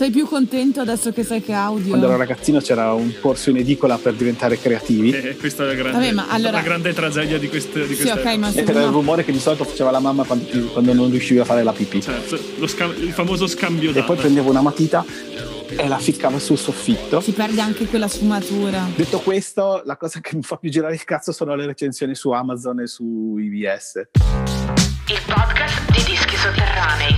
Sei più contento adesso che sai che audio? Quando ero ragazzino c'era un corso in edicola per diventare creativi. Questa è la grande tragedia di queste. Sì, ok, ma era il rumore che di solito faceva la mamma quando non riuscivi a fare la pipì. Certo, il famoso scambio E poi prendevo una matita e la ficcavo sul soffitto. Si perde anche quella sfumatura. Detto questo, la cosa che mi fa più girare il cazzo sono le recensioni su Amazon e su IBS. Il podcast di Dischi Sotterranei.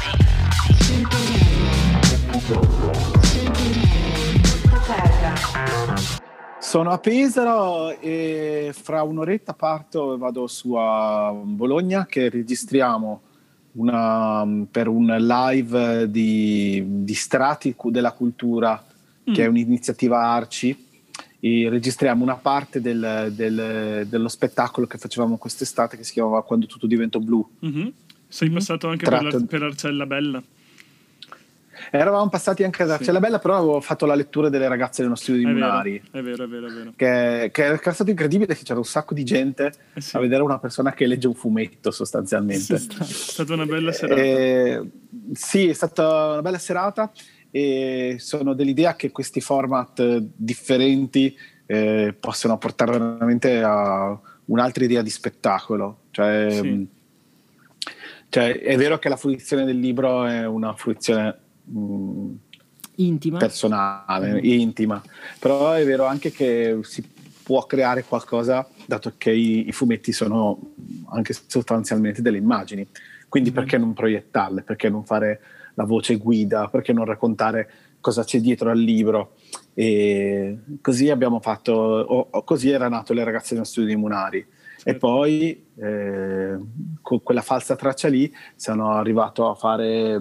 Sono a Pesaro e fra un'oretta parto e vado su a Bologna, che registriamo per un live di Strati della Cultura, che è un'iniziativa Arci, e registriamo una parte dello spettacolo che facevamo quest'estate, che si chiamava Quando tutto diventa blu. Sei passato anche per Arcella Bella? Eravamo passati anche ad Arcella Bella, però avevo fatto la lettura delle ragazze dello studio di Munari. È vero. Che è stato incredibile, che c'era un sacco di gente a vedere una persona che legge un fumetto sostanzialmente. Sì, è stata una bella serata. Sì, è stata una bella serata e sono dell'idea che questi format differenti possono portare veramente a un'altra idea di spettacolo. Cioè, è vero che la fruizione del libro è una fruizione intima, personale, intima, però è vero anche che si può creare qualcosa, dato che i fumetti sono anche sostanzialmente delle immagini, quindi perché non proiettarle, perché non fare la voce guida, perché non raccontare cosa c'è dietro al libro. E così abbiamo fatto, così era nato Le ragazze dello studio di Munari. E poi con quella falsa traccia lì sono arrivato a fare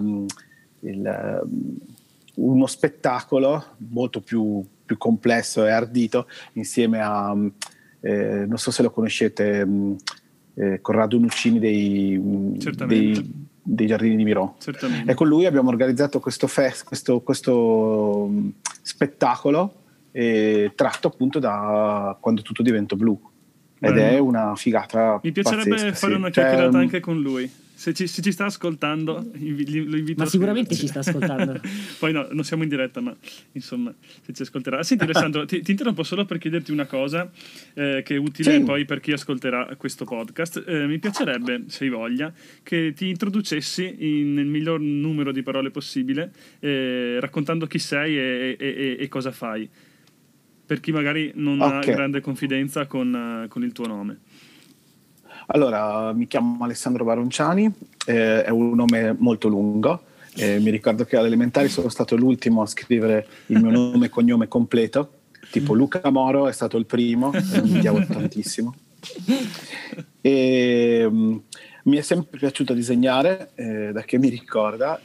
uno spettacolo molto più complesso e ardito insieme a non so se lo conoscete, Corrado Nuccini dei Giardini di Miro. Certamente. E con lui abbiamo organizzato questo spettacolo tratto appunto da Quando tutto diventa blu. Ed è una figata. Mi piacerebbe fare una chiacchierata anche con lui. Se ci sta ascoltando, lo invito. Ma sicuramente ci sta ascoltando. Poi no, non siamo in diretta, ma insomma, se ci ascolterà. Senti Alessandro, ti interrompo solo per chiederti una cosa che è utile poi per chi ascolterà questo podcast. Mi piacerebbe, se hai voglia, che ti introducessi nel miglior numero di parole possibile, raccontando chi sei e cosa fai, per chi magari non ha grande confidenza con il tuo nome. Allora, mi chiamo Alessandro Baronciani, è un nome molto lungo, mi ricordo che alle elementari sono stato l'ultimo a scrivere il mio nome e cognome completo, tipo Luca Moro è stato il primo, mi odiavo tantissimo. E mi è sempre piaciuto disegnare, da che mi ricorda,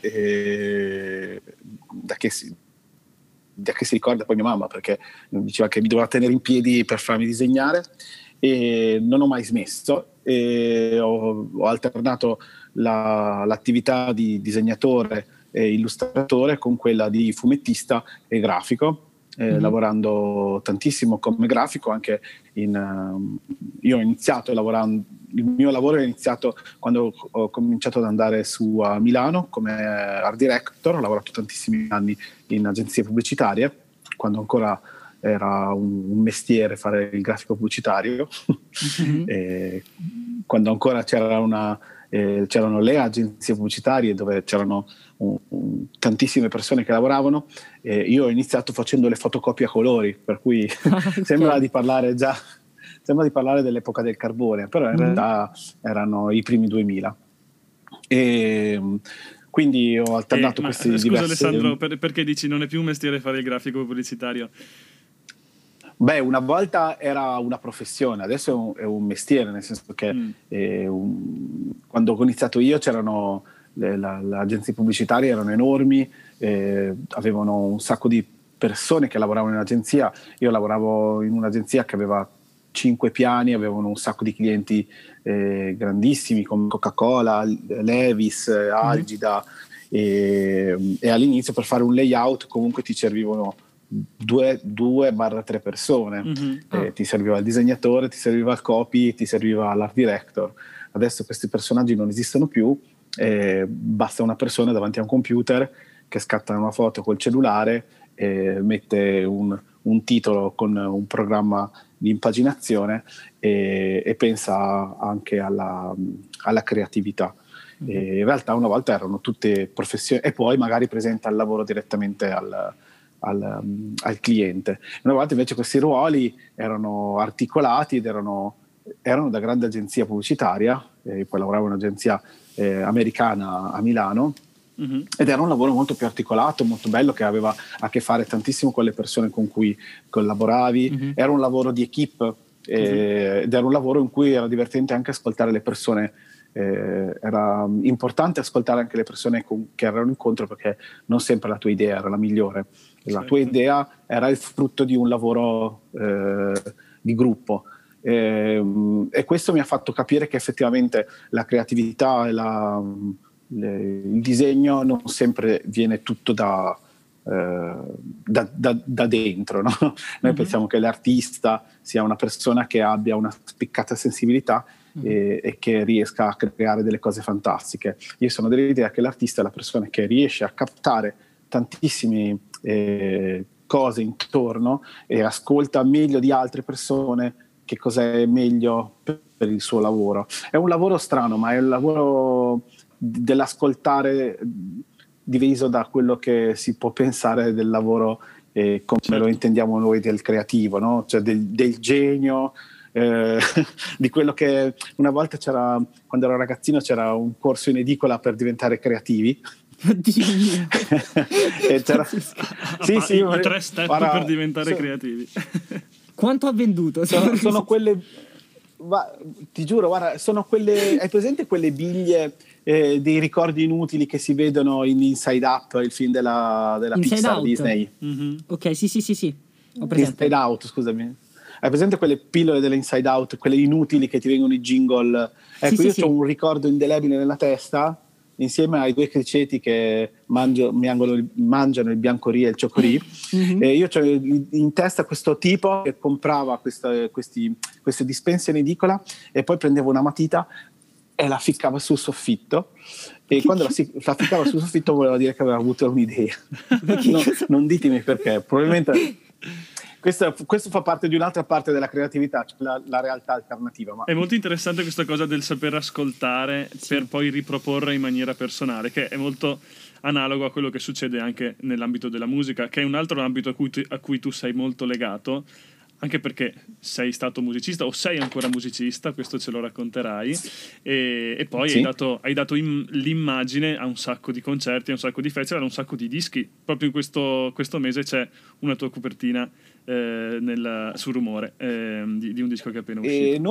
da che si ricorda poi mia mamma, perché diceva che mi doveva tenere in piedi per farmi disegnare, e non ho mai smesso. E ho alternato l'attività di disegnatore e illustratore con quella di fumettista e grafico, lavorando tantissimo come grafico anche io ho iniziato lavorando, il mio lavoro è iniziato quando ho cominciato ad andare su a Milano come art director. Ho lavorato tantissimi anni in agenzie pubblicitarie, quando ancora era un mestiere fare il grafico pubblicitario, e quando ancora c'erano le agenzie pubblicitarie dove c'erano tantissime persone che lavoravano. Io ho iniziato facendo le fotocopie a colori, per cui sembra di parlare dell'epoca del carbone, però in realtà erano i primi 2000. E quindi ho alternato questi diversi... Scusa Alessandro, perché dici non è più un mestiere fare il grafico pubblicitario? Beh, una volta era una professione, adesso è un mestiere, nel senso che quando ho iniziato io c'erano le agenzie pubblicitarie erano enormi, avevano un sacco di persone che lavoravano in agenzia. Io lavoravo in un'agenzia che aveva 5 piani, avevano un sacco di clienti grandissimi come Coca-Cola, Levi's, Algida, e all'inizio per fare un layout comunque ti servivano 2-3 persone. Ti serviva il disegnatore, ti serviva il copy, ti serviva l'art director. Adesso questi personaggi non esistono più, basta una persona davanti a un computer che scatta una foto col cellulare e mette un titolo con un programma di impaginazione e pensa anche alla creatività. E in realtà una volta erano tutte professioni, e poi magari presenta il lavoro direttamente al cliente. Una volta invece questi ruoli erano articolati ed erano da grande agenzia pubblicitaria, poi lavoravo in un'agenzia americana a Milano, ed era un lavoro molto più articolato, molto bello, che aveva a che fare tantissimo con le persone con cui collaboravi. Era un lavoro di equipe ed era un lavoro in cui era divertente anche ascoltare le persone. Era importante ascoltare anche le persone che erano incontro, perché non sempre la tua idea era la migliore. La tua idea era il frutto di un lavoro di gruppo. E questo mi ha fatto capire che effettivamente la creatività e il disegno non sempre viene tutto da dentro, no? Noi pensiamo che l'artista sia una persona che abbia una spiccata sensibilità e che riesca a creare delle cose fantastiche. Io sono dell'idea che l'artista è la persona che riesce a captare tantissime cose intorno e ascolta meglio di altre persone che cosa è meglio per il suo lavoro. È un lavoro strano, ma è un lavoro dell'ascoltare diviso da quello che si può pensare del lavoro come lo intendiamo noi del creativo, no? Cioè del genio, di quello che una volta c'era, quando ero ragazzino, c'era un corso in edicola per diventare creativi. Oddio mio. E c'era, i 3 step per diventare creativi. Quanto ha venduto? Sono quelle, ti giuro, guarda, sono quelle, hai presente quelle biglie dei ricordi inutili che si vedono in Inside Up, il film della Pixar Disney? Ok, sì, ho presente. Inside Out, scusami. Hai presente quelle pillole delle Inside Out, quelle inutili che ti vengono i jingle? Ecco, io ho un ricordo indelebile nella testa, insieme ai 2 criceti che mangiano il biancorie e il ciocorì. E io ho in testa questo tipo che comprava queste dispense in edicola e poi prendeva una matita e la ficcava sul soffitto, e quando la ficcava sul soffitto voleva dire che aveva avuto un'idea. Non ditemi perché, probabilmente questo fa parte di un'altra parte della creatività, cioè la realtà alternativa. Ma... È molto interessante questa cosa del saper ascoltare per poi riproporre in maniera personale, che è molto analogo a quello che succede anche nell'ambito della musica, che è un altro ambito a cui tu sei molto legato, anche perché sei stato musicista o sei ancora musicista, questo ce lo racconterai, e poi hai dato l'immagine a un sacco di concerti, a un sacco di festival, a un sacco di dischi. Proprio in questo mese c'è una tua copertina sul Rumore di un disco che è appena uscito. E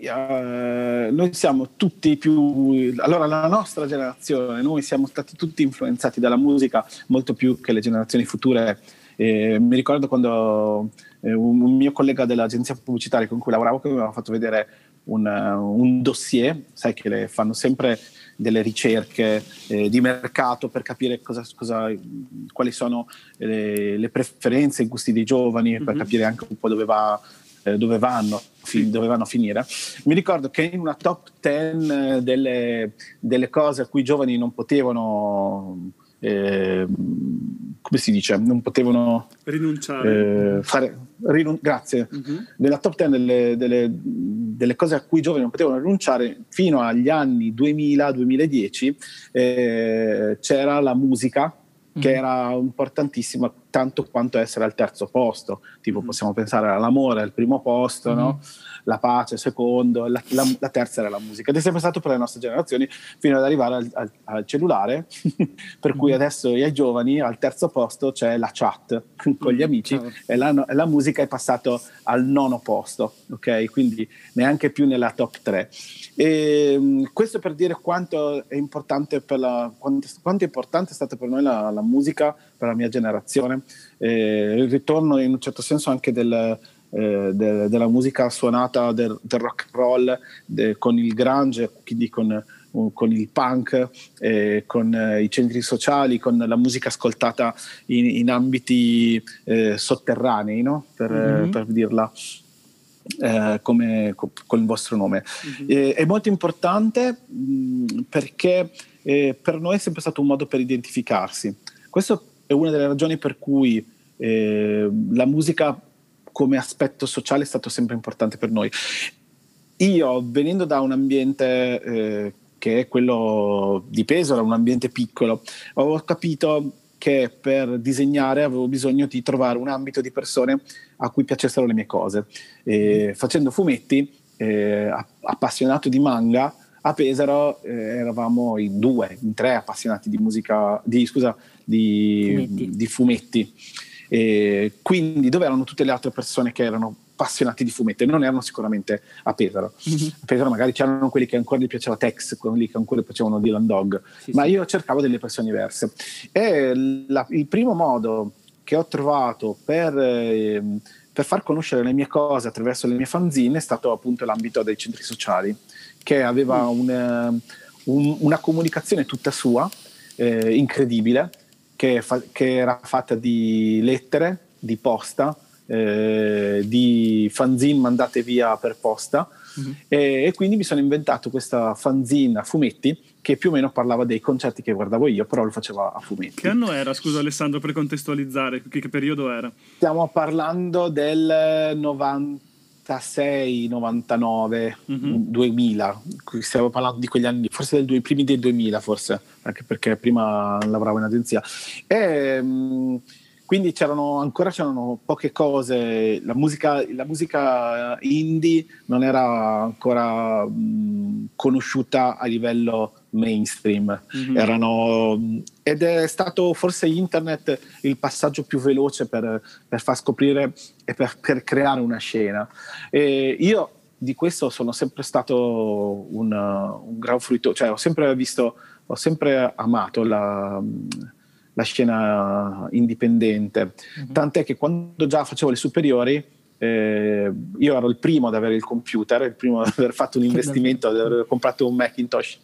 noi siamo tutti allora la nostra generazione, noi siamo stati tutti influenzati dalla musica molto più che le generazioni future. Mi ricordo quando un mio collega dell'agenzia pubblicitaria con cui lavoravo, che mi aveva fatto vedere un dossier, sai che fanno sempre delle ricerche di mercato per capire quali sono le preferenze, i gusti dei giovani, per capire anche un po' dove vanno a finire. Mi ricordo che in una top 10 delle cose a cui i giovani non potevano come si dice, non potevano rinunciare, grazie, nella top 10 delle cose a cui i giovani non potevano rinunciare fino agli anni 2000-2010 c'era la musica, che era importantissima tanto quanto essere al terzo posto. Tipo possiamo pensare all'amore al primo posto, no? La pace al secondo, la terza era la musica, ed è sempre stato per le nostre generazioni, fino ad arrivare al cellulare per cui adesso ai giovani al terzo posto c'è la chat con gli amici, e la musica è passato al 9° posto, ok? Quindi neanche più nella top 3. E questo per dire quanto è importante quanto è importante è stata per noi la musica, per la mia generazione, il ritorno in un certo senso anche della musica suonata, del rock and roll, con il grunge, quindi con il punk, con i centri sociali, con la musica ascoltata in ambiti sotterranei, no? Per dirla come con il vostro nome. È molto importante perché per noi è sempre stato un modo per identificarsi. Questa è una delle ragioni per cui la musica come aspetto sociale è stato sempre importante per noi. Io, venendo da un ambiente che è quello di Pesaro, un ambiente piccolo, ho capito che per disegnare avevo bisogno di trovare un ambito di persone a cui piacessero le mie cose. Facendo fumetti, appassionato di manga, a Pesaro eravamo in 2, in 3 appassionati di musica, di fumetti. Quindi dove erano tutte le altre persone che erano appassionati di fumetti? Non erano sicuramente a Pesaro. A Pesaro magari c'erano quelli che ancora gli piaceva Tex, quelli che ancora piacevano Dylan Dog, ma io cercavo delle persone diverse. E il primo modo che ho trovato per far conoscere le mie cose attraverso le mie fanzine è stato appunto l'ambito dei centri sociali, che aveva una comunicazione tutta sua, incredibile, che era fatta di lettere, di posta, di fanzine mandate via per posta, e quindi mi sono inventato questa fanzine a fumetti che più o meno parlava dei concerti che guardavo io, però lo faceva a fumetti. Che anno era, scusa Alessandro, per contestualizzare, che periodo era? Stiamo parlando del 96, 99, 2000, stiamo parlando di quegli anni, forse i primi del 2000 forse, anche perché prima lavoravo in agenzia. Quindi c'erano poche cose, la musica indie non era ancora conosciuta a livello mainstream, ed è stato forse internet il passaggio più veloce per far scoprire e per creare una scena. E io di questo sono sempre stato un gran fruitore, cioè ho sempre amato la scena indipendente, tant'è che quando già facevo le superiori io ero il primo ad avere il computer, il primo ad aver fatto un investimento, ad aver comprato un Macintosh,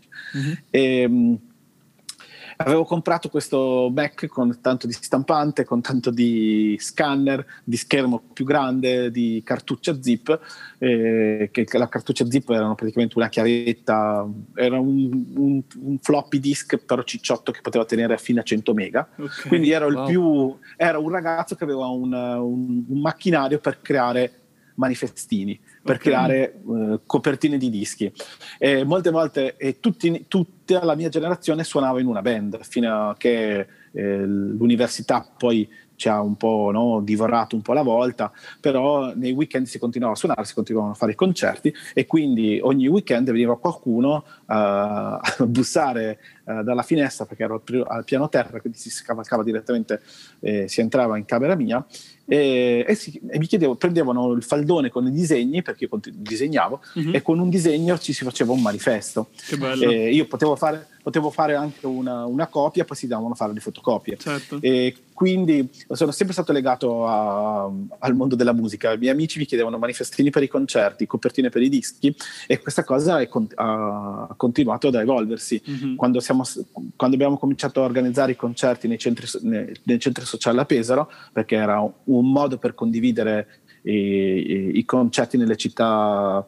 e avevo comprato questo Mac con tanto di stampante, con tanto di scanner, di schermo più grande, di cartuccia zip, che la cartuccia zip erano praticamente una chiavetta, era un floppy disk però cicciotto che poteva tenere fino a 100 mega. Quindi ero ero un ragazzo che aveva un macchinario per creare manifestini, per creare copertine di dischi, e molte volte tutta la mia generazione suonava in una band fino a che l'università poi ci ha un po' divorato un po' alla volta, però nei weekend si continuava a suonare, si continuavano a fare i concerti, e quindi ogni weekend veniva qualcuno a bussare dalla finestra, perché ero al piano terra, quindi si scavalcava direttamente, si entrava in camera mia, e mi prendevano il faldone con i disegni, perché io disegnavo, e con un disegno ci si faceva un manifesto. Che bello. Io potevo fare anche una copia, poi si davano fare le fotocopie. Certo. E quindi sono sempre stato legato al mondo della musica. I miei amici mi chiedevano manifestini per i concerti, copertine per i dischi, e questa cosa ha continuato ad evolversi. Quando abbiamo cominciato a organizzare i concerti nei centri sociali a Pesaro, perché era un modo per condividere i concerti nelle città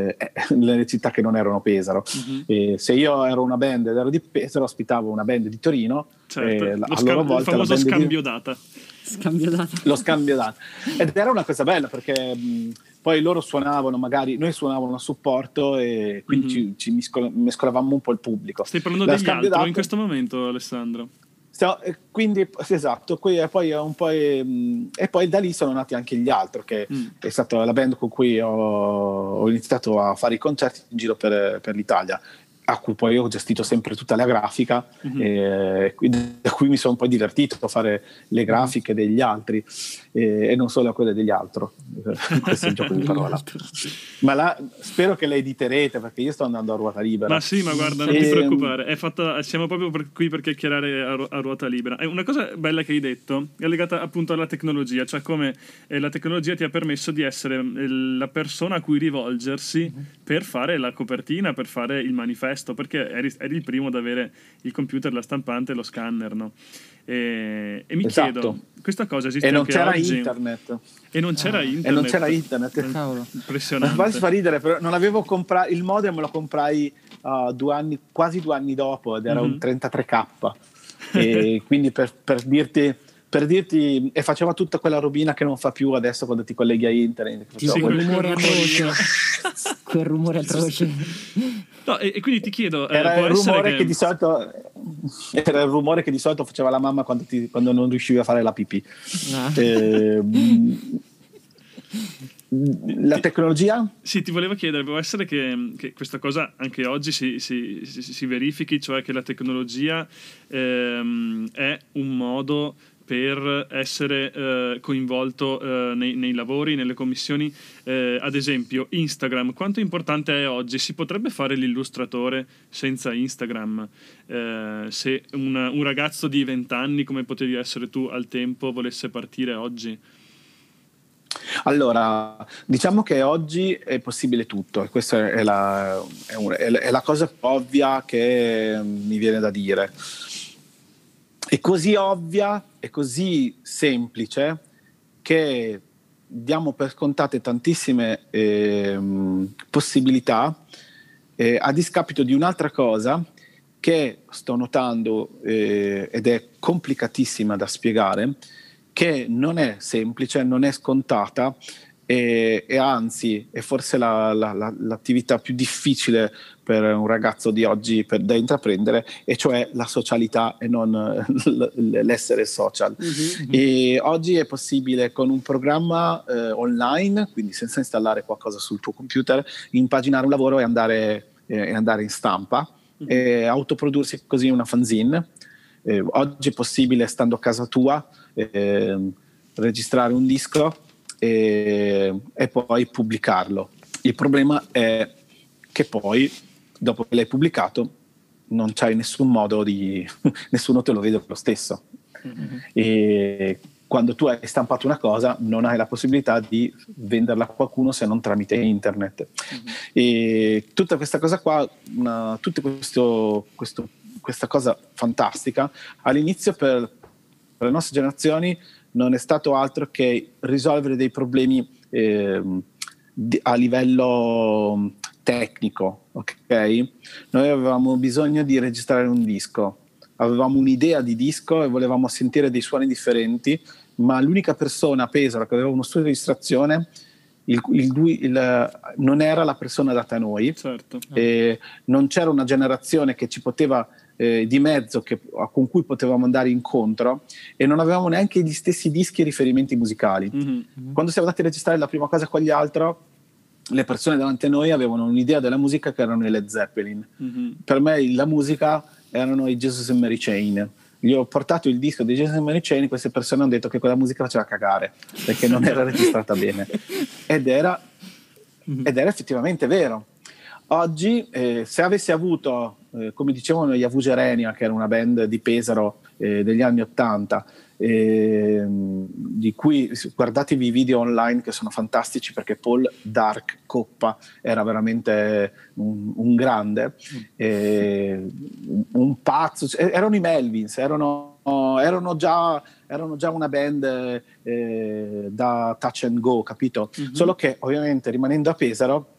che non erano Pesaro. Se io ero una band ed ero di Pesaro, ospitavo una band di Torino, certo. Il famoso scambio data. Lo scambio data. Ed era una cosa bella, perché poi loro suonavano, magari noi suonavamo a supporto, e quindi ci mescolavamo un po' il pubblico. Stai parlando degli altri in questo momento, Alessandro? Quindi esatto, e poi da lì sono nati anche gli altri, che è stata la band con cui ho iniziato a fare i concerti in giro per l'Italia, a cui poi ho gestito sempre tutta la grafica, e da cui mi sono poi divertito a fare le grafiche degli altri, e non solo a quelle degli altri. Questo è il gioco di parola. Ma spero che le editerete, perché io sto andando a ruota libera. Ma sì, ma guarda, non ti preoccupare, siamo proprio qui per chiacchierare a ruota libera. Una cosa bella che hai detto è legata appunto alla tecnologia, cioè come la tecnologia ti ha permesso di essere la persona a cui rivolgersi per fare la copertina, per fare il manifesto, perché eri il primo ad avere il computer, la stampante e lo scanner, no? E mi chiedo, questa cosa esiste anche oggi? Internet. E non c'era internet. E non c'era internet. Cavolo. Impressionante. Quasi fa ridere, però non avevo comprato il modem, lo comprai quasi 2 anni dopo, ed era un 33K. E quindi per dirti, e faceva tutta quella robina che non fa più adesso quando ti colleghi a internet. Tipo Sì, quel quel rumore rumorino. atroce. Quel rumore atroce. No, e quindi ti chiedo, Era può il essere rumore che... che di solito era il rumore che di solito faceva la mamma quando non riuscivi a fare la pipì. Ah. La tecnologia? Sì, ti volevo chiedere, può essere che questa cosa anche oggi si verifichi, cioè che la tecnologia è un modo per essere coinvolto nei lavori, nelle commissioni. Ad esempio, Instagram, quanto importante è oggi? Si potrebbe fare l'illustratore senza Instagram? Se un ragazzo di 20 anni, come potevi essere tu al tempo, volesse partire oggi? Allora, diciamo che oggi è possibile tutto, e questa è la cosa più ovvia che mi viene da dire. È così ovvia e così semplice che diamo per scontate tantissime possibilità a discapito di un'altra cosa che sto notando ed è complicatissima da spiegare, che non è semplice, non è scontata e anzi è forse l'attività più difficile per un ragazzo di oggi da intraprendere, e cioè la socialità e non l'essere social. E oggi è possibile con un programma online, quindi senza installare qualcosa sul tuo computer, impaginare un lavoro e andare in stampa e autoprodursi così una fanzine. Oggi è possibile, stando a casa tua, registrare un disco e poi pubblicarlo. Il problema è che poi, dopo che l'hai pubblicato, non c'hai nessun modo nessuno te lo vede lo stesso. E quando tu hai stampato una cosa non hai la possibilità di venderla a qualcuno se non tramite internet. E tutta questa cosa qua, questa cosa fantastica, all'inizio per le nostre generazioni non è stato altro che risolvere dei problemi a livello tecnico, ok? Noi avevamo bisogno di registrare un disco, avevamo un'idea di disco e volevamo sentire dei suoni differenti, ma l'unica persona a Pesaro che aveva uno studio di registrazione non era la persona data a noi. Certo. Non c'era una generazione che ci poteva di mezzo con cui potevamo andare incontro, e non avevamo neanche gli stessi dischi e riferimenti musicali. Quando siamo andati a registrare la prima cosa con gli altri, le persone davanti a noi avevano un'idea della musica che erano i Led Zeppelin. Per me la musica erano i Jesus and Mary Chain. Gli ho portato il disco dei Jesus and Mary Chain, queste persone hanno detto che quella musica faceva cagare perché non era registrata bene, ed era effettivamente vero. Oggi se avessi avuto, come dicevano gli Avugerenia, che era una band di Pesaro degli anni '80, di cui guardatevi i video online che sono fantastici, perché Paul Dark Coppa era veramente un grande, un pazzo. Erano i Melvins, erano già una band da touch and go, capito? Solo che ovviamente rimanendo a Pesaro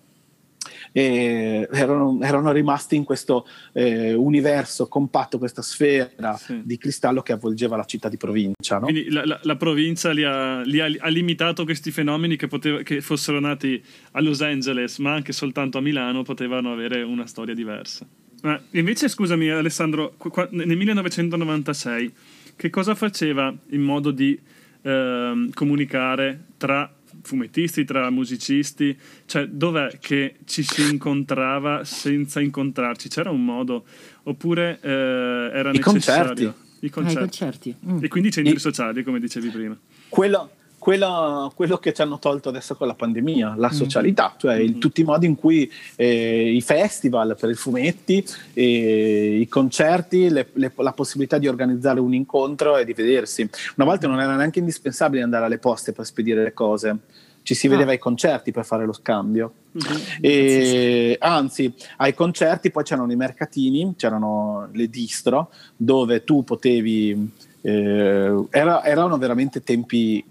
erano rimasti in questo universo compatto, questa sfera di cristallo che avvolgeva la città di provincia, no? Quindi la provincia ha limitato questi fenomeni che fossero nati a Los Angeles, ma anche soltanto a Milano potevano avere una storia diversa. Ma invece, scusami Alessandro, nel 1996 che cosa faceva in modo di comunicare tra fumettisti, tra musicisti? Cioè, dov'è che ci si incontrava senza incontrarci? C'era un modo? Oppure era necessario? I concerti. E quindi i centri sociali, come dicevi prima. Quello che ci hanno tolto adesso con la pandemia, la socialità, cioè tutti i modi in cui i festival per i fumetti, i concerti, la possibilità di organizzare un incontro e di vedersi. Una volta non era neanche indispensabile andare alle poste per spedire le cose, ci si vedeva ai concerti per fare lo scambio. E anzi, ai concerti poi c'erano i mercatini, c'erano le distro, dove tu potevi erano veramente tempi,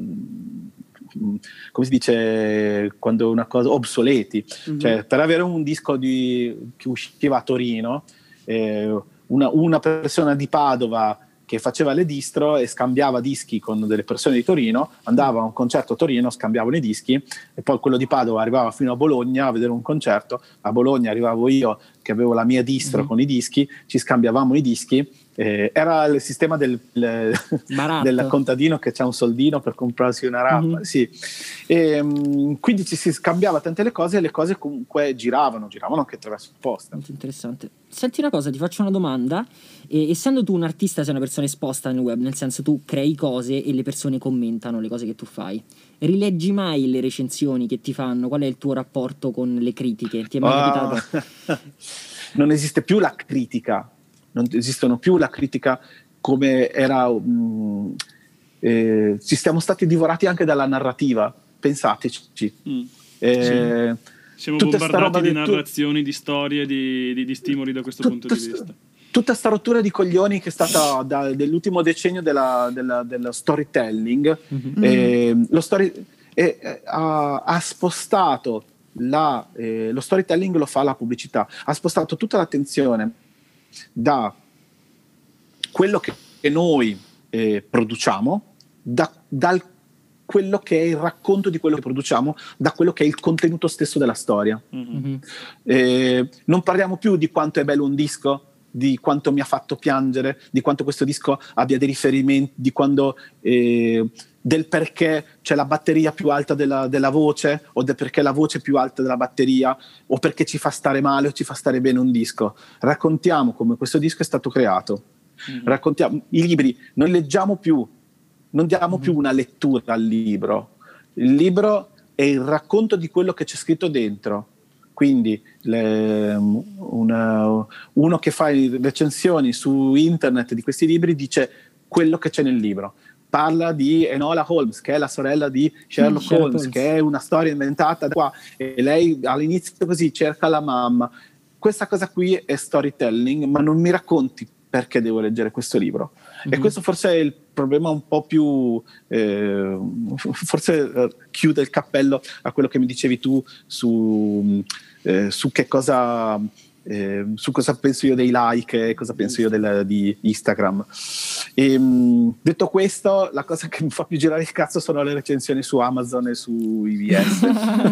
come si dice quando una cosa, obsoleti. Cioè, per avere un disco che usciva a Torino, una persona di Padova che faceva le distro e scambiava dischi con delle persone di Torino, andava a un concerto a Torino, scambiavano i dischi, e poi quello di Padova arrivava fino a Bologna a vedere un concerto, a Bologna arrivavo io che avevo la mia distro con i dischi, ci scambiavamo i dischi, era il sistema del contadino che c'ha un soldino per comprarsi una rappa, sì. Quindi ci si scambiava tante le cose, e le cose comunque giravano anche attraverso posta. Molto interessante. Senti una cosa, ti faccio una domanda. Essendo tu un artista, sei una persona esposta nel web, nel senso tu crei cose e le persone commentano le cose che tu fai. Rileggi mai le recensioni che ti fanno? Qual è il tuo rapporto con le critiche? Ti è mai capitato? Non esiste più la critica, non esistono più la critica come era. Ci siamo stati divorati anche dalla narrativa, pensateci. Sì. Siamo bombardati di narrazioni, di storie, di stimoli da questo punto di vista. Tutta sta rottura di coglioni che è stata dell'ultimo decennio dello storytelling, ha spostato lo storytelling, lo fa la pubblicità, ha spostato tutta l'attenzione da quello che noi produciamo, dal quello che è il racconto di quello che produciamo, da quello che è il contenuto stesso della storia. Non parliamo più di quanto è bello un disco, di quanto mi ha fatto piangere, di quanto questo disco abbia dei riferimenti, di quando del perché c'è la batteria più alta della voce, o del perché la voce è più alta della batteria, o perché ci fa stare male o ci fa stare bene un disco. Raccontiamo come questo disco è stato creato. Raccontiamo i libri, non leggiamo più, non diamo più una lettura al libro. Il libro è il racconto di quello che c'è scritto dentro. Quindi uno che fa recensioni su internet di questi libri dice quello che c'è nel libro. Parla di Enola Holmes, che è la sorella di Sherlock Holmes, che è una storia inventata da qua, e lei all'inizio così cerca la mamma. Questa cosa qui è storytelling, ma non mi racconti perché devo leggere questo libro. E questo forse è il problema un po' più forse chiude il cappello a quello che mi dicevi tu su che cosa su cosa penso io dei like e cosa penso io di Instagram. Detto questo, la cosa che mi fa più girare il cazzo sono le recensioni su Amazon e su IVS.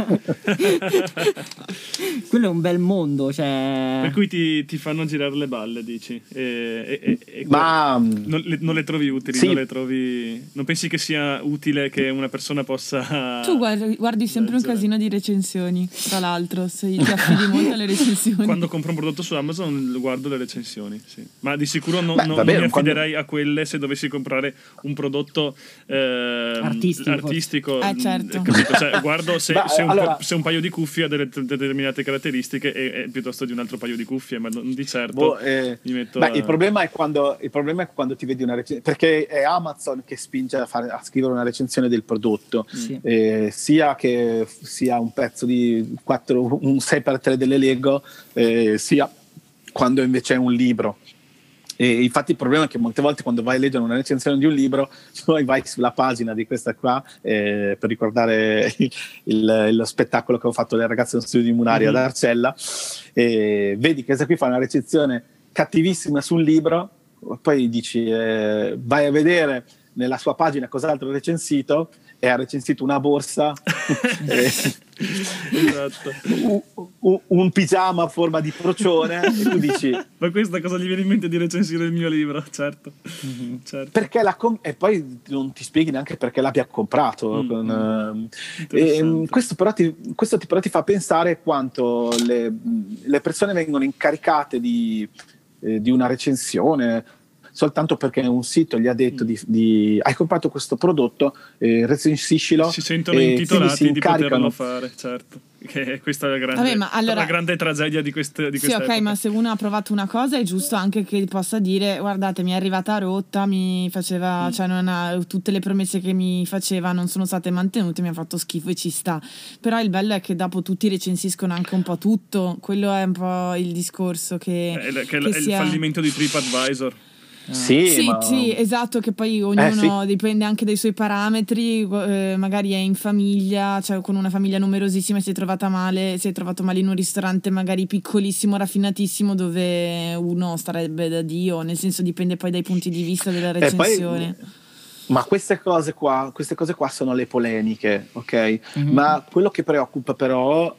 Quello è un bel mondo, cioè... Per cui ti fanno girare le balle, dici? Ma non le trovi utili? Sì. Non pensi che sia utile che una persona possa... Tu guardi sempre un casino di recensioni, tra l'altro, se ti affidi molto alle recensioni. Quando compro un prodotto su Amazon guardo le recensioni, sì. Ma di sicuro non mi affiderei a quelle se dovessi comprare un prodotto artistico. Certo. Cioè, guardo se un paio di cuffie ha delle determinate caratteristiche e piuttosto di un altro paio di cuffie, ma non di certo mi metto il problema è quando ti vedi una recensione, perché è Amazon che spinge a scrivere una recensione del prodotto, sia che sia un pezzo di un 6x3 delle Lego, sia quando invece è un libro. E infatti il problema è che molte volte quando vai a leggere una recensione di un libro, poi vai sulla pagina di questa qua per ricordare lo spettacolo che ho fatto le ragazze dello studio di Munari ad Arcella, e vedi che questa qui fa una recensione cattivissima sul libro, poi dici vai a vedere nella sua pagina cos'altro ha recensito, e ha recensito una borsa esatto. un pigiama a forma di procione, e tu dici ma questa cosa gli viene in mente di recensire il mio libro? Certo. Perché e poi non ti spieghi neanche perché l'abbia comprato. Questo però ti fa pensare quanto le persone vengono incaricate di una recensione soltanto perché un sito gli ha detto hai comprato questo prodotto, recensiscilo. Si sentono intitolati di poterlo fare, certo. Che questa è la grande tragedia di questa sì, ok, epoca. ma se uno ha provato una cosa è giusto anche che possa dire guardate, mi è arrivata rotta, mi faceva tutte le promesse che mi faceva non sono state mantenute, mi ha fatto schifo e ci sta. Però il bello è che dopo tutti recensiscono anche un po' tutto, quello è un po' il discorso che il fallimento di TripAdvisor. Sì, esatto, che poi ognuno dipende anche dai suoi parametri, magari è in famiglia, cioè con una famiglia numerosissima, si è trovato male in un ristorante magari piccolissimo, raffinatissimo, dove uno starebbe da Dio, nel senso dipende pai dai punti di vista della recensione. Ma queste cose qua sono le polemiche, ok? Ma quello che preoccupa però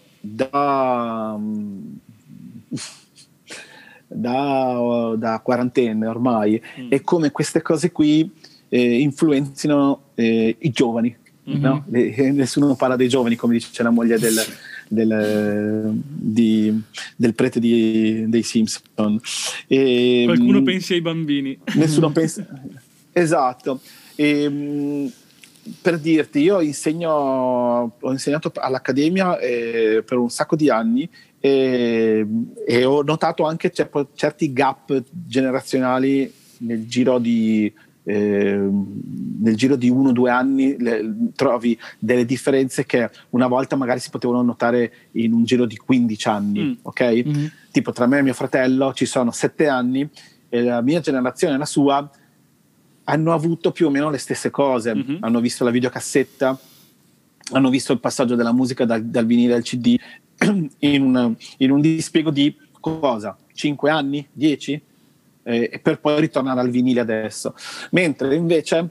da quarantenne ormai è come queste cose qui influenzino i giovani, no? Nessuno parla dei giovani, come dice la moglie del prete dei Simpson. Qualcuno pensi ai bambini. Nessuno pensa. Esatto. Per dirti, io ho insegnato all'accademia per un sacco di anni e ho notato anche certi gap generazionali nel giro di 1 o 2 anni. Trovi delle differenze che una volta magari si potevano notare in un giro di 15 anni, ok? Tipo tra me e mio fratello ci sono 7 anni e la mia generazione e la sua hanno avuto più o meno le stesse cose. Hanno visto la videocassetta, hanno visto il passaggio della musica dal vinile al CD in un dispiego di cosa? 5 anni? 10? E per poi ritornare al vinile adesso. Mentre invece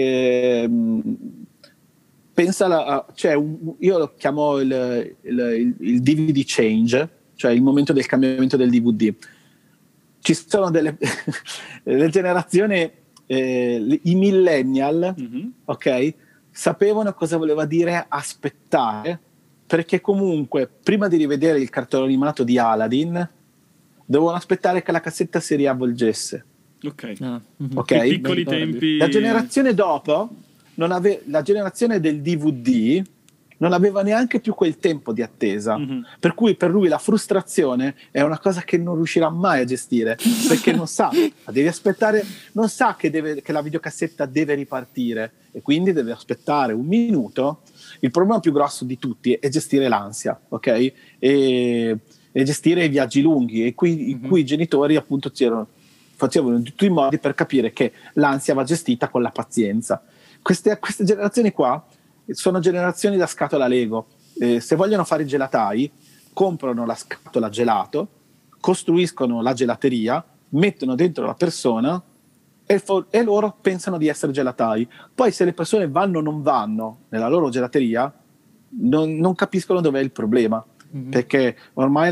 pensa io lo chiamo il DVD change, cioè il momento del cambiamento del DVD. Ci sono delle generazioni, i millennial, ok, sapevano cosa voleva dire aspettare, perché comunque prima di rivedere il cartone animato di Aladdin dovevano aspettare che la cassetta si riavvolgesse. Che piccoli tempi. La generazione dopo la generazione del DVD non aveva neanche più quel tempo di attesa, per cui per lui la frustrazione è una cosa che non riuscirà mai a gestire, perché non sa, devi aspettare, non sa che la videocassetta deve ripartire e quindi deve aspettare un minuto. Il problema più grosso di tutti è gestire l'ansia, ok? E gestire i viaggi lunghi, e in cui i genitori appunto facevano di tutti i modi per capire che l'ansia va gestita con la pazienza. Queste generazioni qua sono generazioni da scatola Lego. Se vogliono fare i gelatai, comprano la scatola gelato, costruiscono la gelateria, mettono dentro la persona e loro pensano di essere gelatai. Poi se le persone vanno o non vanno nella loro gelateria, non capiscono dov'è il problema, perché ormai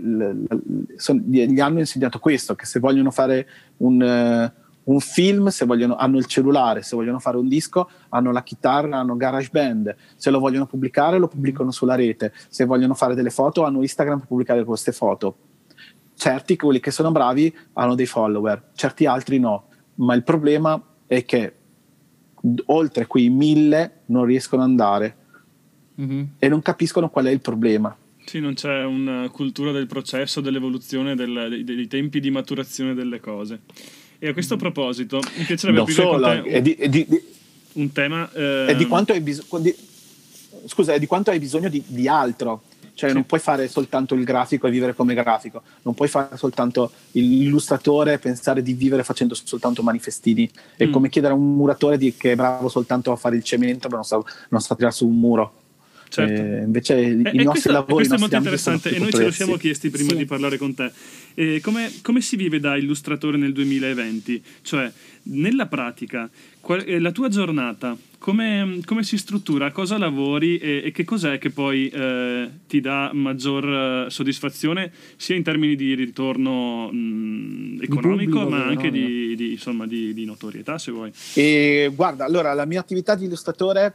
gli hanno insegnato questo, che se vogliono fare un film, hanno il cellulare, se vogliono fare un disco hanno la chitarra, hanno GarageBand, se lo vogliono pubblicare lo pubblicano sulla rete, se vogliono fare delle foto hanno Instagram per pubblicare queste foto. Certi, quelli che sono bravi, hanno dei follower, certi altri no, ma il problema è che oltre quei 1000 non riescono ad andare e non capiscono qual è il problema. Sì, non c'è una cultura del processo, dell'evoluzione, dei tempi di maturazione delle cose. E a questo proposito, mi piacerebbe aprire con te un tema. È di quanto hai bisogno di altro. Cioè, non puoi fare soltanto il grafico e vivere come grafico, non puoi fare soltanto l'illustratore e pensare di vivere facendo soltanto manifestini. È come chiedere a un muratore che è bravo soltanto a fare il cemento, ma non sa tirare su un muro. Certo. Invece i nostri lavori, questo è molto interessante, e noi ce lo siamo chiesti prima di parlare con te. Come si vive da illustratore nel 2020? Cioè, nella pratica, la tua giornata come si struttura? A cosa lavori e che cos'è che poi ti dà maggior soddisfazione, sia in termini di ritorno economico, ma anche di notorietà, se vuoi? Guarda, allora, la mia attività di illustratore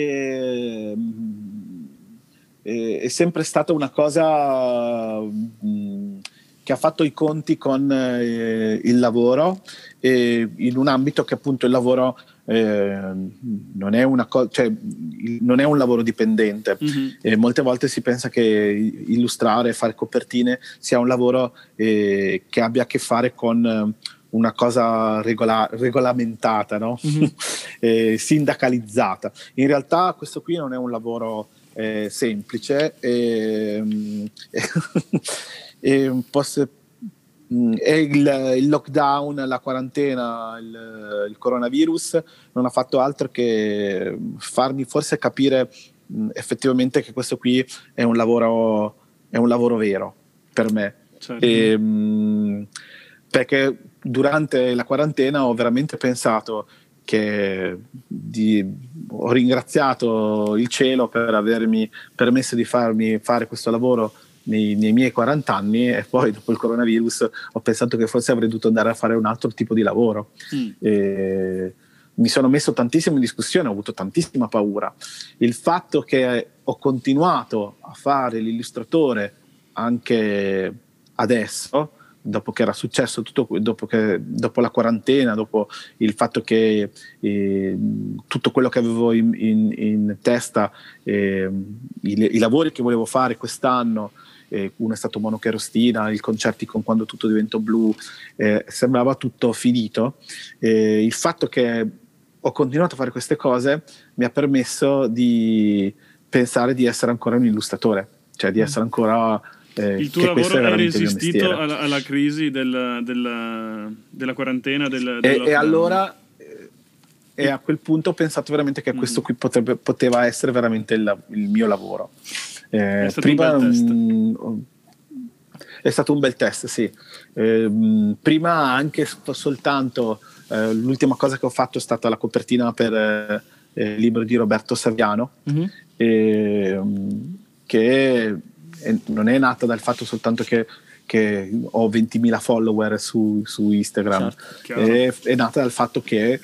è sempre stata una cosa che ha fatto i conti con il lavoro, in un ambito che appunto il lavoro non è non è un lavoro dipendente. Molte volte si pensa che illustrare, fare copertine sia un lavoro che abbia a che fare con una cosa regolamentata, no? Sindacalizzata. In realtà questo qui non è un lavoro semplice, E il lockdown, la quarantena, il coronavirus non ha fatto altro che farmi forse capire effettivamente che questo qui è un lavoro vero per me. Certo. Perché durante la quarantena ho veramente pensato ho ringraziato il cielo per avermi permesso di farmi fare questo lavoro nei miei 40 anni, e poi dopo il coronavirus ho pensato che forse avrei dovuto andare a fare un altro tipo di lavoro. Mi sono messo tantissimo in discussione, ho avuto tantissima paura. Il fatto che ho continuato a fare l'illustratore anche adesso, dopo che era successo dopo la quarantena, dopo il fatto che tutto quello che avevo in testa, i lavori che volevo fare quest'anno, uno è stato Monaco e Rostina, il concerti con Quando tutto diventa blu, sembrava tutto finito. Il fatto che ho continuato a fare queste cose mi ha permesso di pensare di essere ancora un illustratore, cioè di essere ancora il tuo lavoro è resistito alla crisi della quarantena e allora e a quel punto ho pensato veramente che questo qui poteva essere veramente il mio lavoro. È stato un bel test. È stato un bel test, sì. Prima anche soltanto l'ultima cosa che ho fatto è stata la copertina per il libro di Roberto Saviano, che non è nata dal fatto soltanto che ho 20.000 follower su Instagram, certo, è nata dal fatto che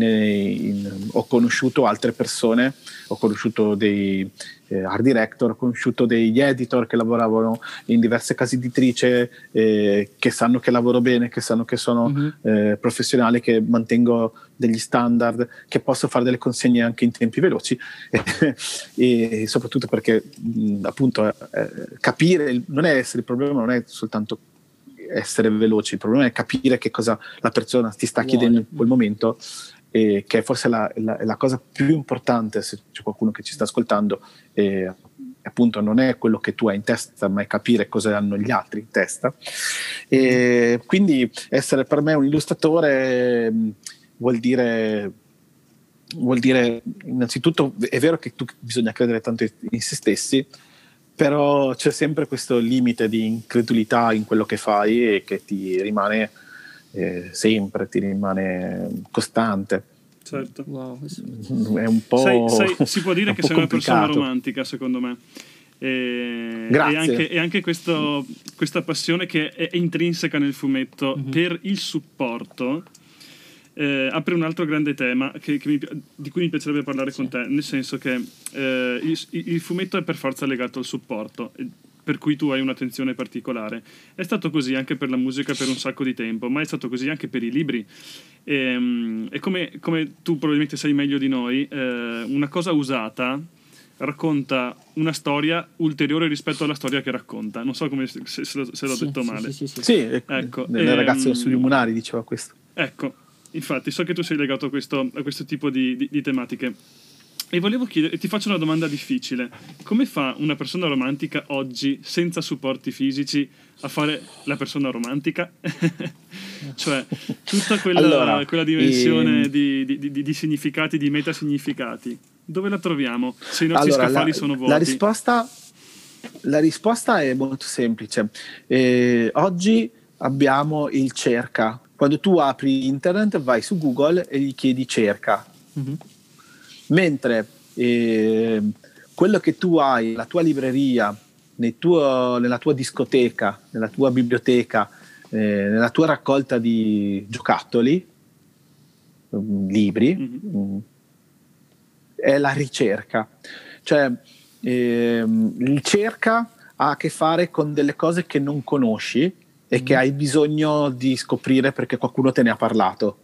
ho conosciuto altre persone, ho conosciuto dei art director, ho conosciuto degli editor che lavoravano in diverse case editrici, che sanno che lavoro bene, che sanno che sono professionale, che mantengo degli standard, che posso fare delle consegne anche in tempi veloci e soprattutto perché appunto capire non è essere il problema, non è soltanto essere veloci, il problema è capire che cosa la persona ti sta chiedendo in quel momento, che è forse la cosa più importante, se c'è qualcuno che ci sta ascoltando, appunto non è quello che tu hai in testa, ma è capire cosa hanno gli altri in testa. E quindi essere per me un illustratore vuol dire innanzitutto, è vero che bisogna credere tanto in se stessi, però c'è sempre questo limite di incredulità in quello che fai e che ti rimane sempre, ti rimane costante. Certo. Wow, è un po' si può dire che sei una persona romantica, secondo me. Grazie. E anche questa passione che è intrinseca nel fumetto per il supporto apre un altro grande tema di cui mi piacerebbe parlare con te, nel senso che il fumetto è per forza legato al supporto, per cui tu hai un'attenzione particolare. È stato così anche per la musica per un sacco di tempo, ma è stato così anche per i libri. E come tu probabilmente sai meglio di noi, una cosa usata racconta una storia ulteriore rispetto alla storia che racconta. Non so come se l'ho detto male. Sì, ecco, il ragazzo sugli Munari diceva questo. Ecco, infatti so che tu sei legato a questo tipo di tematiche. E volevo chiedere, ti faccio una domanda difficile: come fa una persona romantica oggi, senza supporti fisici, a fare la persona romantica? Cioè, tutta quella dimensione di significati, di metasignificati, dove la troviamo se i nostri scaffali sono vuoti? La risposta è molto semplice. Oggi abbiamo il cerca. Quando tu apri internet, vai su Google e gli chiedi cerca. Mentre quello che tu hai, la tua libreria, nella tua discoteca, nella tua biblioteca, nella tua raccolta di giocattoli, libri, è la ricerca. Cioè, il cerca ha a che fare con delle cose che non conosci e che hai bisogno di scoprire perché qualcuno te ne ha parlato.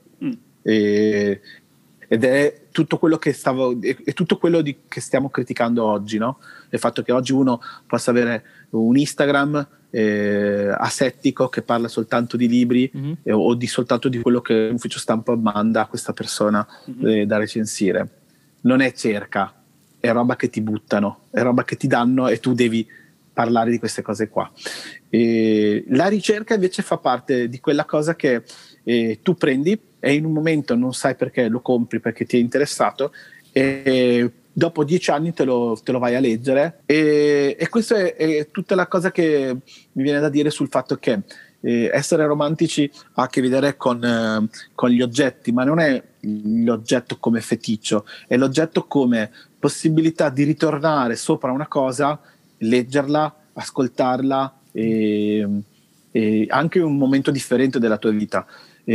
Ed è tutto quello che che stiamo criticando oggi, no? Il fatto che oggi uno possa avere un Instagram asettico che parla soltanto di libri o soltanto di quello che l'ufficio stampa manda a questa persona da recensire. Non è cerca, è roba che ti buttano, è roba che ti danno e tu devi parlare di queste cose qua. E la ricerca invece fa parte di quella cosa che tu prendi e in un momento non sai perché lo compri, perché ti è interessato, e dopo 10 anni te lo vai a leggere, e questo è tutta la cosa che mi viene da dire sul fatto che essere romantici ha a che vedere con gli oggetti, ma non è l'oggetto come feticcio, è l'oggetto come possibilità di ritornare sopra una cosa, leggerla, ascoltarla, e anche un momento differente della tua vita.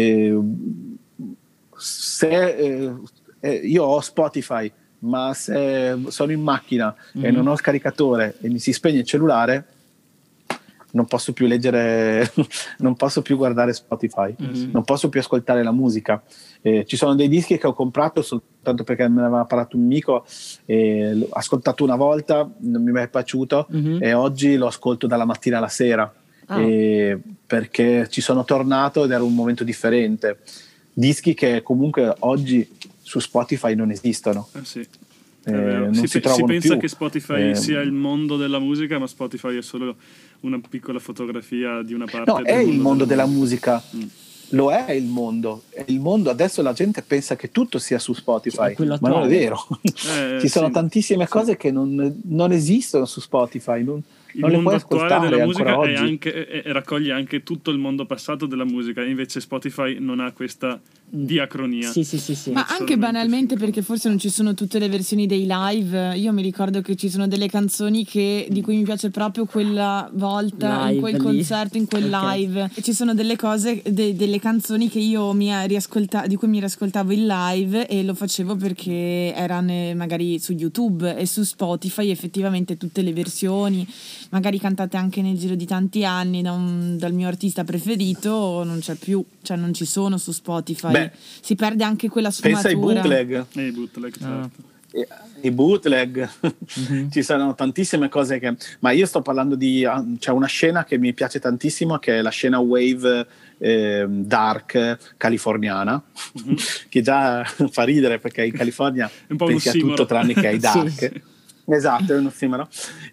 Se io ho Spotify, ma se sono in macchina e non ho il caricatore e mi si spegne il cellulare, non posso più leggere, non posso più guardare Spotify, non posso più ascoltare la musica. Ci sono dei dischi che ho comprato soltanto perché me ne aveva parlato un amico, l'ho ascoltato una volta, non mi è mai piaciuto, e oggi lo ascolto dalla mattina alla sera, perché ci sono tornato ed era un momento differente. Dischi che comunque oggi su Spotify non esistono. Sì. Non si pensa più. che Spotify sia il mondo della musica, ma Spotify è solo una piccola fotografia di una parte. No, è il mondo della musica. Lo è il mondo. È il mondo. Adesso la gente pensa che tutto sia su Spotify, ma non è vero. Ci sono tantissime cose che non esistono su Spotify. Non le puoi ascoltare della musica ancora oggi. Raccoglie anche tutto il mondo passato della musica, invece Spotify non ha questa diacronia. Sì. Ma anche banalmente perché forse non ci sono tutte le versioni dei live. Io mi ricordo che ci sono delle canzoni di cui mi piace proprio quella volta, live, in quel concerto, in quel live. E ci sono delle cose, delle canzoni che io di cui mi riascoltavo il live, e lo facevo perché erano magari su YouTube, e su Spotify effettivamente tutte le versioni, magari cantate anche nel giro di tanti anni dal mio artista preferito, non c'è più, cioè non ci sono su Spotify. Si perde anche quella sfumatura. Pensa ai bootleg, certo. I bootleg. Ci sono tantissime cose ma io sto parlando c'è una scena che mi piace tantissimo, che è la scena wave dark californiana, che già fa ridere perché in California pensi a tutto tranne che ai dark. Sì. Esatto, è un ossimoro.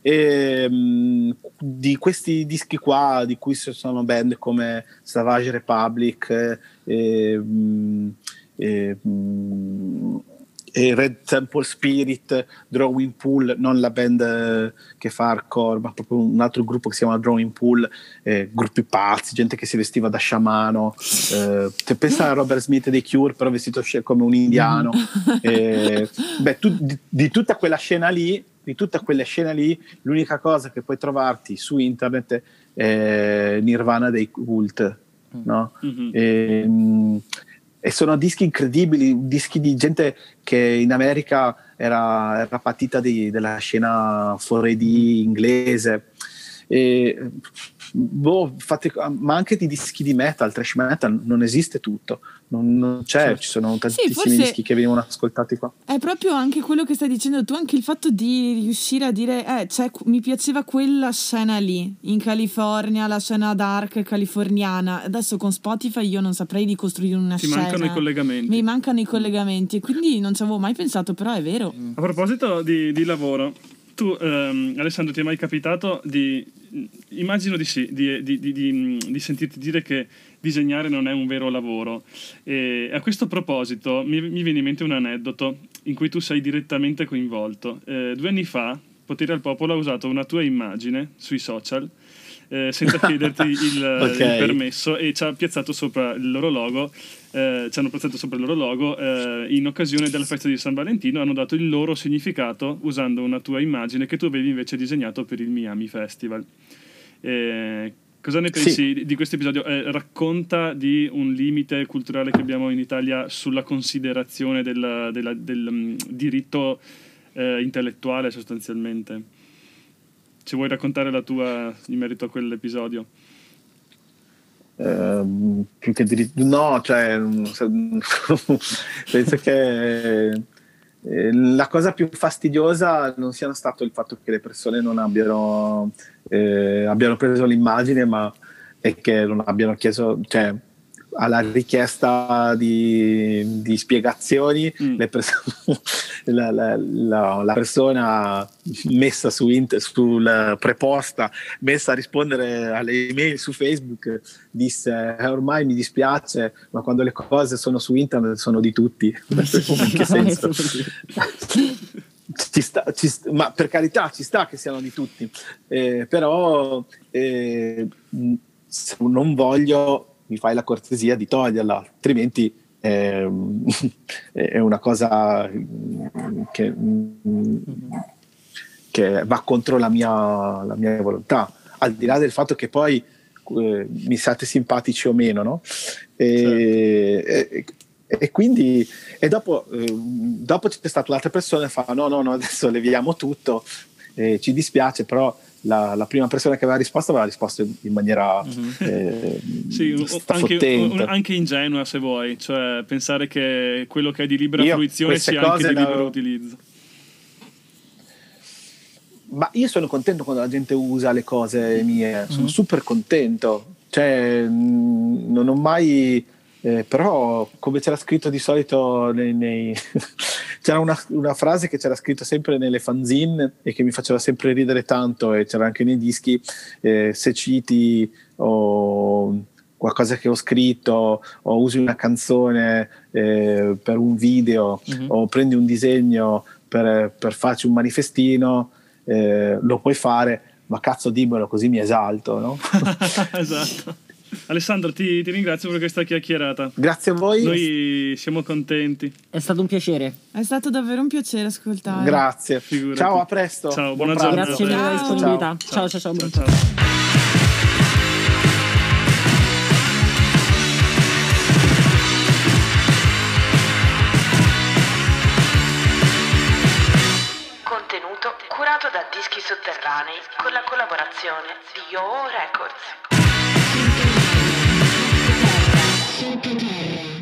Di questi dischi qua, di cui ci sono band come Savage Republic e Red Temple Spirit, Drawing Pool, non la band che fa hardcore, ma proprio un altro gruppo che si chiama Drawing Pool, gruppi pazzi, gente che si vestiva da sciamano, se pensa a Robert Smith dei Cure però vestito come un indiano. Di tutta quella scena lì, l'unica cosa che puoi trovarti su internet è Nirvana dei Cult, no? E sono dischi incredibili, dischi di gente che in America era patita della scena 4AD inglese. Ma anche di dischi di metal, thrash metal, non esiste tutto, non c'è, ci sono tantissimi dischi che venivano ascoltati qua. È proprio anche quello che stai dicendo tu, anche il fatto di riuscire a dire mi piaceva quella scena lì in California, la scena dark californiana. Adesso con Spotify io non saprei di costruire una scena, mancano i collegamenti. Mi mancano i collegamenti, e quindi non ci avevo mai pensato, però è vero. A proposito di lavoro, tu Alessandro, ti è mai capitato immagino di sì, di sentirti dire che disegnare non è un vero lavoro, e a questo proposito mi viene in mente un aneddoto in cui tu sei direttamente coinvolto. 2 anni fa Potere al Popolo ha usato una tua immagine sui social senza chiederti il permesso, e ci ha piazzato sopra il loro logo. Ci hanno piazzato sopra il loro logo in occasione della festa di San Valentino. Hanno dato il loro significato usando una tua immagine che tu avevi invece disegnato per il Miami Festival. Cosa ne pensi di questo episodio? Racconta di un limite culturale che abbiamo in Italia sulla considerazione del diritto intellettuale, sostanzialmente. Ci vuoi raccontare la tua in merito a quell'episodio? Più che diritto, no, cioè penso che la cosa più fastidiosa non sia stato il fatto che le persone non abbiano preso l'immagine, ma è che non abbiano chiesto, cioè alla richiesta di spiegazioni, la persona messa sul preposta, messa a rispondere alle email su Facebook, disse ormai mi dispiace, ma quando le cose sono su internet sono di tutti. In che senso? Ma per carità ci sta che siano di tutti, però se non voglio mi fai la cortesia di toglierla, altrimenti è una cosa che va contro la mia volontà, al di là del fatto che poi mi siate simpatici o meno, no? E quindi dopo c'è stata l'altra persona che fa no, adesso leviamo tutto, ci dispiace, però la prima persona che aveva risposto in maniera anche ingenua, se vuoi, cioè pensare che quello che è di libera fruizione sia anche di libero utilizzo. Ma io sono contento quando la gente usa le cose mie, sono super contento, cioè non ho mai però come c'era scritto di solito c'era una frase che c'era scritto sempre nelle fanzine e che mi faceva sempre ridere tanto, e c'era anche nei dischi, se citi o qualcosa che ho scritto o usi una canzone per un video o prendi un disegno per farci un manifestino, lo puoi fare, ma cazzo dimmelo così mi esalto, no? Esatto. Alessandro, ti ringrazio per questa chiacchierata. Grazie a voi. Noi siamo contenti. È stato un piacere. È stato davvero un piacere ascoltare. Grazie. Figurati. Ciao, a presto. Ciao, buona giornata. Grazie per la disponibilità. Ciao. Contenuto curato da Dischi Sotterranei con la collaborazione di Yo Records.